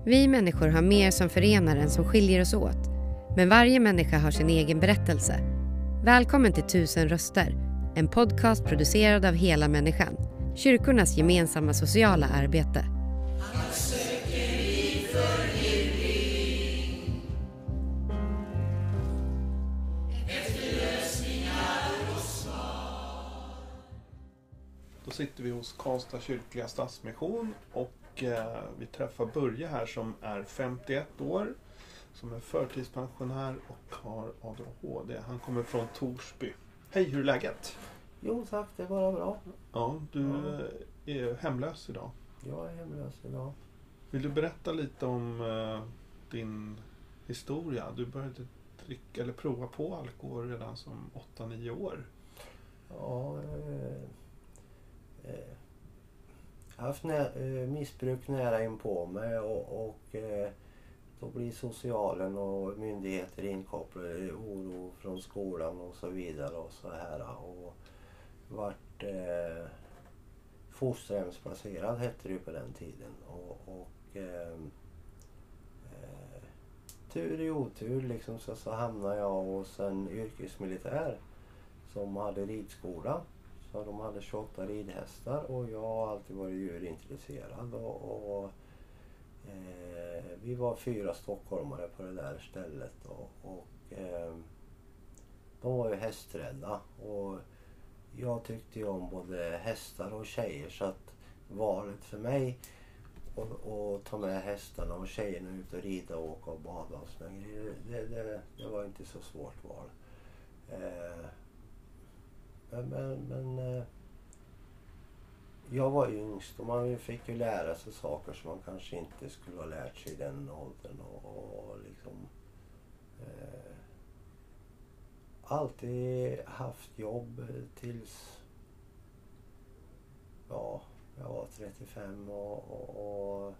Vi människor har mer som förenar än som skiljer oss åt. Men varje människa har sin egen berättelse. Välkommen till 1000 röster. En podcast producerad av Hela Människan. Kyrkornas gemensamma sociala arbete. Då sitter vi hos Karlstad kyrkliga stadsmission och vi träffar Börje här som är 51 år, som är förtidspensionär och har ADHD. Han kommer från Torsby. Hej, hur är läget? Jo tack, det är bara bra. Ja, du är hemlös idag. Jag är hemlös idag. Vill du berätta lite om din historia? Du började dricka eller prova på alkohol redan som 8-9 år. Ja, jag har haft missbruk nära in på mig och då blir socialen och myndigheter inkopplade, oro från skolan och så vidare och så här. Och vart fosterhemsplacerad hette det på den tiden. Och tur i otur liksom så hamnade jag hos en yrkesmilitär som hade ridskola. Så de hade 28 ridhästar och jag har alltid varit djurintresserad och vi var 4 stockholmare på det där stället och de var ju hästrädda och jag tyckte ju om både hästar och tjejer, så att valet för mig att ta med hästarna och tjejerna ut och rida och åka och bada och såna grejer, det var inte så svårt val. Men jag var yngst och man fick ju lära sig saker som man kanske inte skulle ha lärt sig i den åldern och liksom alltid haft jobb tills jag var 35 och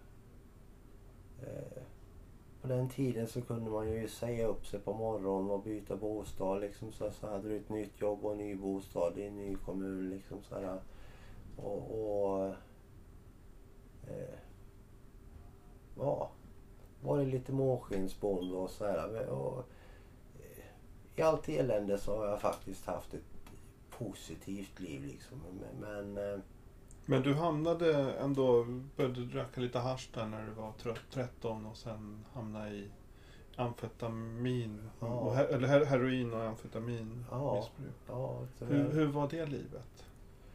på den tiden så kunde man ju säga upp sig på morgonen och byta bostad liksom, så hade du ett nytt jobb och en ny bostad i en ny kommun liksom så här. Var det lite måskinsbond och så här. I allt elände så har jag faktiskt haft ett positivt liv liksom, Men du hamnade ändå, började röka lite hasch där när du var 13 och sen hamnade i amfetamin, eller heroin och amfetamin missbruk. Ja, hur var det livet?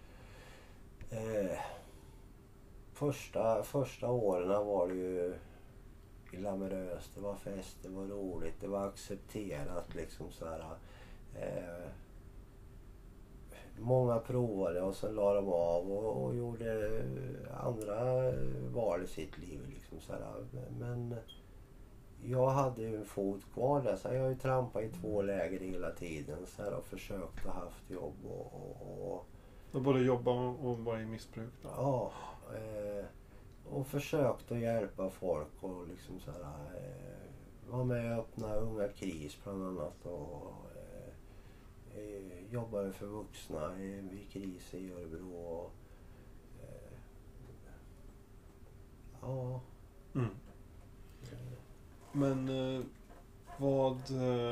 Första åren var det ju glamoröst, det var fest, det var roligt, det var accepterat liksom så här. Många provade och sen la de av och gjorde andra val i sitt liv liksom så här. Men jag hade ju en fot kvar där, så jag har ju trampat i 2 läger hela tiden så här, och försökt och haft jobb och både jobba och vara i missbruk då? Ja, och försökt att hjälpa folk och liksom så här, var med och öppna Unga Kris bland annat och jobbade för vuxna i Kris i Örebro och ja. Mm. Men vad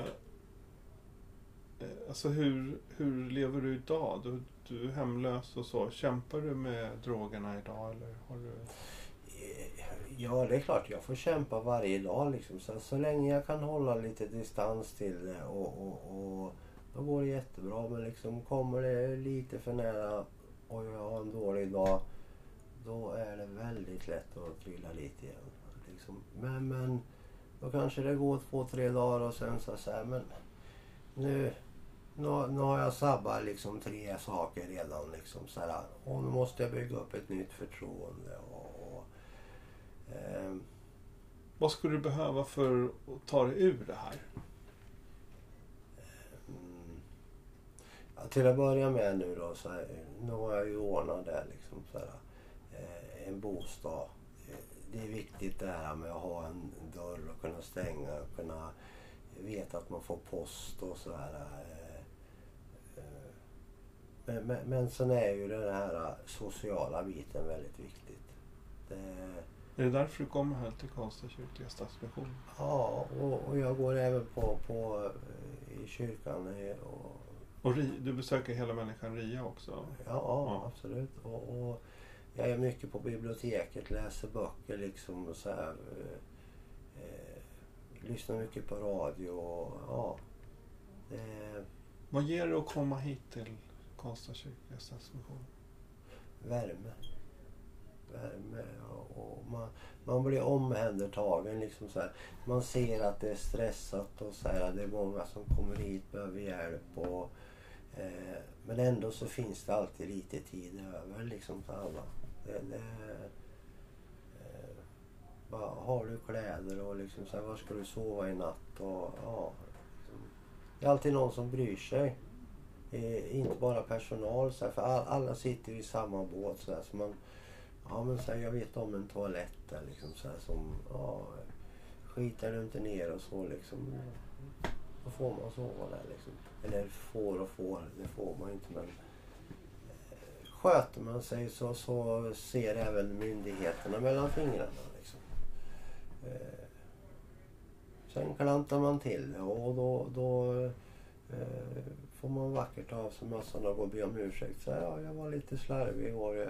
alltså hur lever du idag? Du är hemlös och så. Kämpar du med drogerna idag eller har du? Ja, det är klart jag får kämpa varje dag liksom. Så länge jag kan hålla lite distans till det och då går det jättebra. Men liksom kommer det lite för nära och jag har en dålig dag, då är det väldigt lätt att trilla lite igen. Liksom. Men då kanske det går 2-3 dagar och sen så här, men nu har jag sabbat liksom 3 saker redan liksom så här, och nu måste jag bygga upp ett nytt förtroende vad skulle du behöva för att ta dig ur det här? Ja, till att börja med nu då så här, nu har jag ju ordnat det liksom så här, en bostad. Det är viktigt det här med att ha en dörr och kunna stänga och kunna veta att man får post och så här. Men sen är ju den här sociala biten väldigt viktigt. Är det därför du kommer här till Karlstad kyrkliga stadsmission? Ja, och jag går även på i kyrkan. Och du besöker Hela Människan RIA också? Ja. Absolut. Och jag är mycket på biblioteket, läser böcker liksom och så här. Lyssnar mycket på radio och ja. Vad ger det att komma hit till Karlstad kyrkliga stadsmission? Värme och man blir omhändertagen liksom så här. Man ser att det är stressat och så här, det är många som kommer hit, behöver hjälp och men ändå så finns det alltid lite tid över liksom för alla. Bara, har du kläder och liksom så här, var ska du sova i natt och ja liksom. Det är alltid någon som bryr sig. Inte bara personal så här, för alla sitter i samma båt så här, så man ja men så här, jag vet om en toalett där liksom så här, som ja skitar du inte ner och så liksom då får man sova där liksom. Eller får, det får man inte men sköter man sig så ser även myndigheterna mellan fingrarna liksom. Sen klantar man till och då får man vackert av sig massan och gå och be om ursäkt. Så ja, jag var lite slarvig igår.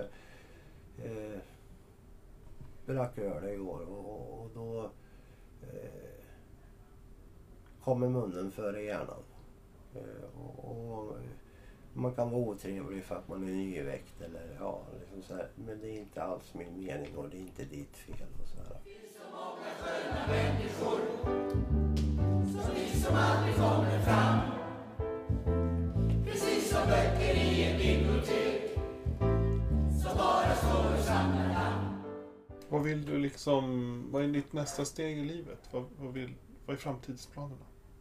Drack öl igår och då kommer munnen före hjärnan. Och man kan vara otrevlig för att man är nyväckt eller ja, liksom så här. Men det är inte alls min mening och det är inte ditt fel och så här. Det finns så många sköna människor som vi som aldrig kommer fram. Precis som böcker i ett bibliotek som bara står och samlar namn. Vad vill du liksom, vad är ditt nästa steg i livet? Vad är framtidsplanerna?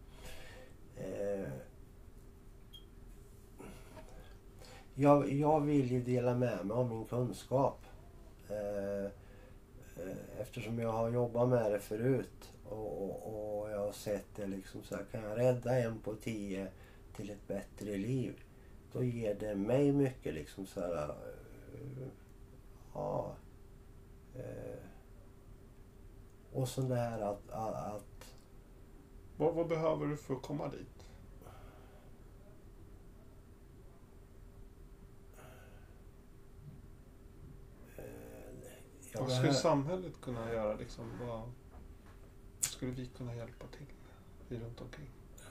Jag vill ju dela med mig av min kunskap. Eftersom jag har jobbat med det förut och jag har sett det liksom så här, kan jag rädda 1 på 10 till ett bättre liv, då ger det mig mycket liksom så här, ja. Och så det här att Vad behöver du för att komma dit? Vad skulle samhället kunna göra liksom? Vad skulle vi kunna hjälpa till runt omkring?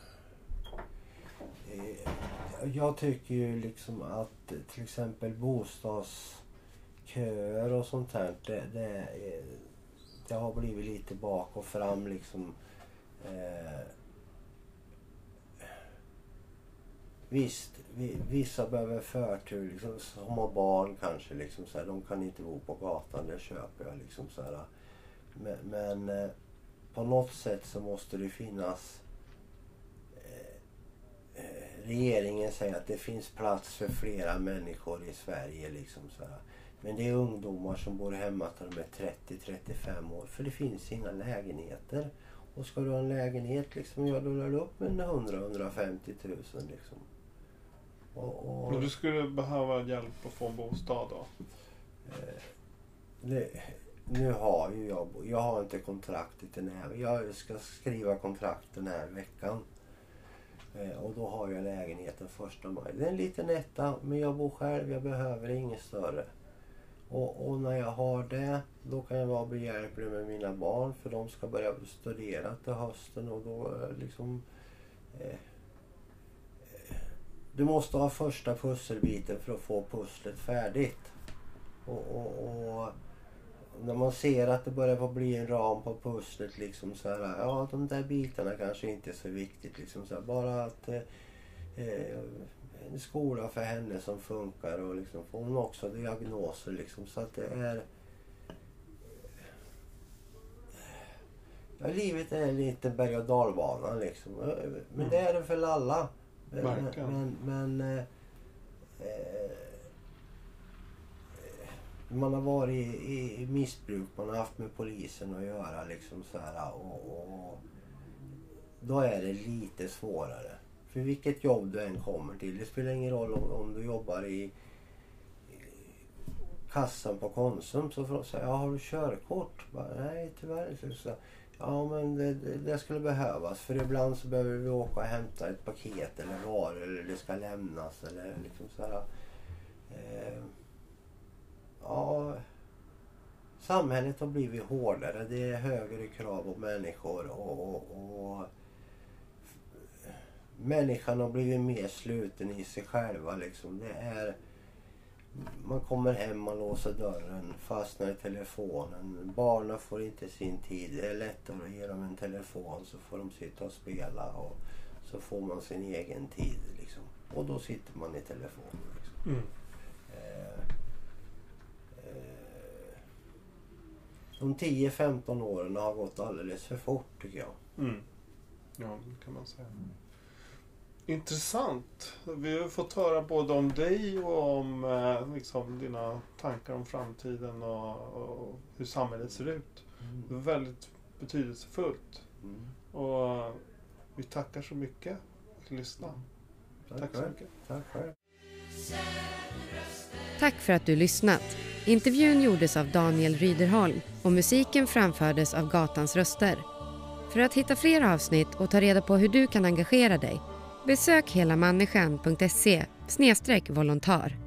Jag tycker ju liksom att till exempel bostadsköer och sånt här, det har blivit lite bak och fram liksom. Visst, vissa behöver förtur liksom, som har barn kanske liksom så här, de kan inte bo på gatan, det köper jag liksom så här. Men på något sätt så måste det finnas regeringen säger att det finns plats för flera människor i Sverige liksom så här. Men det är ungdomar som bor hemma till de är 30-35 år, för det finns inga lägenheter. Och ska du ha en lägenhet liksom, ja då lär du upp med 100-150 000 liksom. Men du skulle behöva hjälp att få en bostad då? Nu har ju jag har inte kontraktet än. Jag ska skriva kontrakt den här veckan. Och då har jag lägenheten 1 maj. Det är en liten etta, men jag bor själv, jag behöver inget större. Och när jag har det, då kan jag vara behjälplig med mina barn, för de ska börja studera till hösten och då liksom du måste ha första pusselbiten för att få pusslet färdigt. Och när man ser att det börjar bli en ram på pusslet liksom så här, ja de där bitarna kanske inte är så viktigt liksom så här, bara att en skola för henne som funkar och liksom får hon också diagnoser liksom, så att det är ja, livet är lite berg- och dalbana liksom, men det är det för alla. Men man har varit i missbruk, man har haft med polisen att göra liksom så här, och då är det lite svårare. För vilket jobb du än kommer till, det spelar ingen roll om du jobbar i kassan på Konsum så sa jag, har du körkort? Bara, nej tyvärr inte. Så, ja men det skulle behövas för ibland så behöver vi åka och hämta ett paket eller varor eller det ska lämnas eller liksom så här. Ja, samhället har blivit hårdare. Det är högre krav på människor och människan har blivit mer sluten i sig själva liksom. Det är, man kommer hem, man låser dörren, fastnar i telefonen. Barnen får inte sin tid. Det är lättare att ge dem en telefon så får de sitta och spela och så får man sin egen tid liksom. Och då sitter man i telefonen liksom. Mm. De 10-15 åren har gått alldeles för fort tycker jag. Mm. Ja, det kan man säga. Intressant. Vi har fått höra både om dig och om liksom dina tankar om framtiden och hur samhället ser ut. Det är väldigt betydelsefullt. Och vi tackar så mycket för att lyssna. Tack så mycket. Tack själv. Tack för att du lyssnat. Intervjun gjordes av Daniel Ryderholm och musiken framfördes av Gatans röster. För att hitta fler avsnitt och ta reda på hur du kan engagera dig, besök helamänniskan.se/volontar.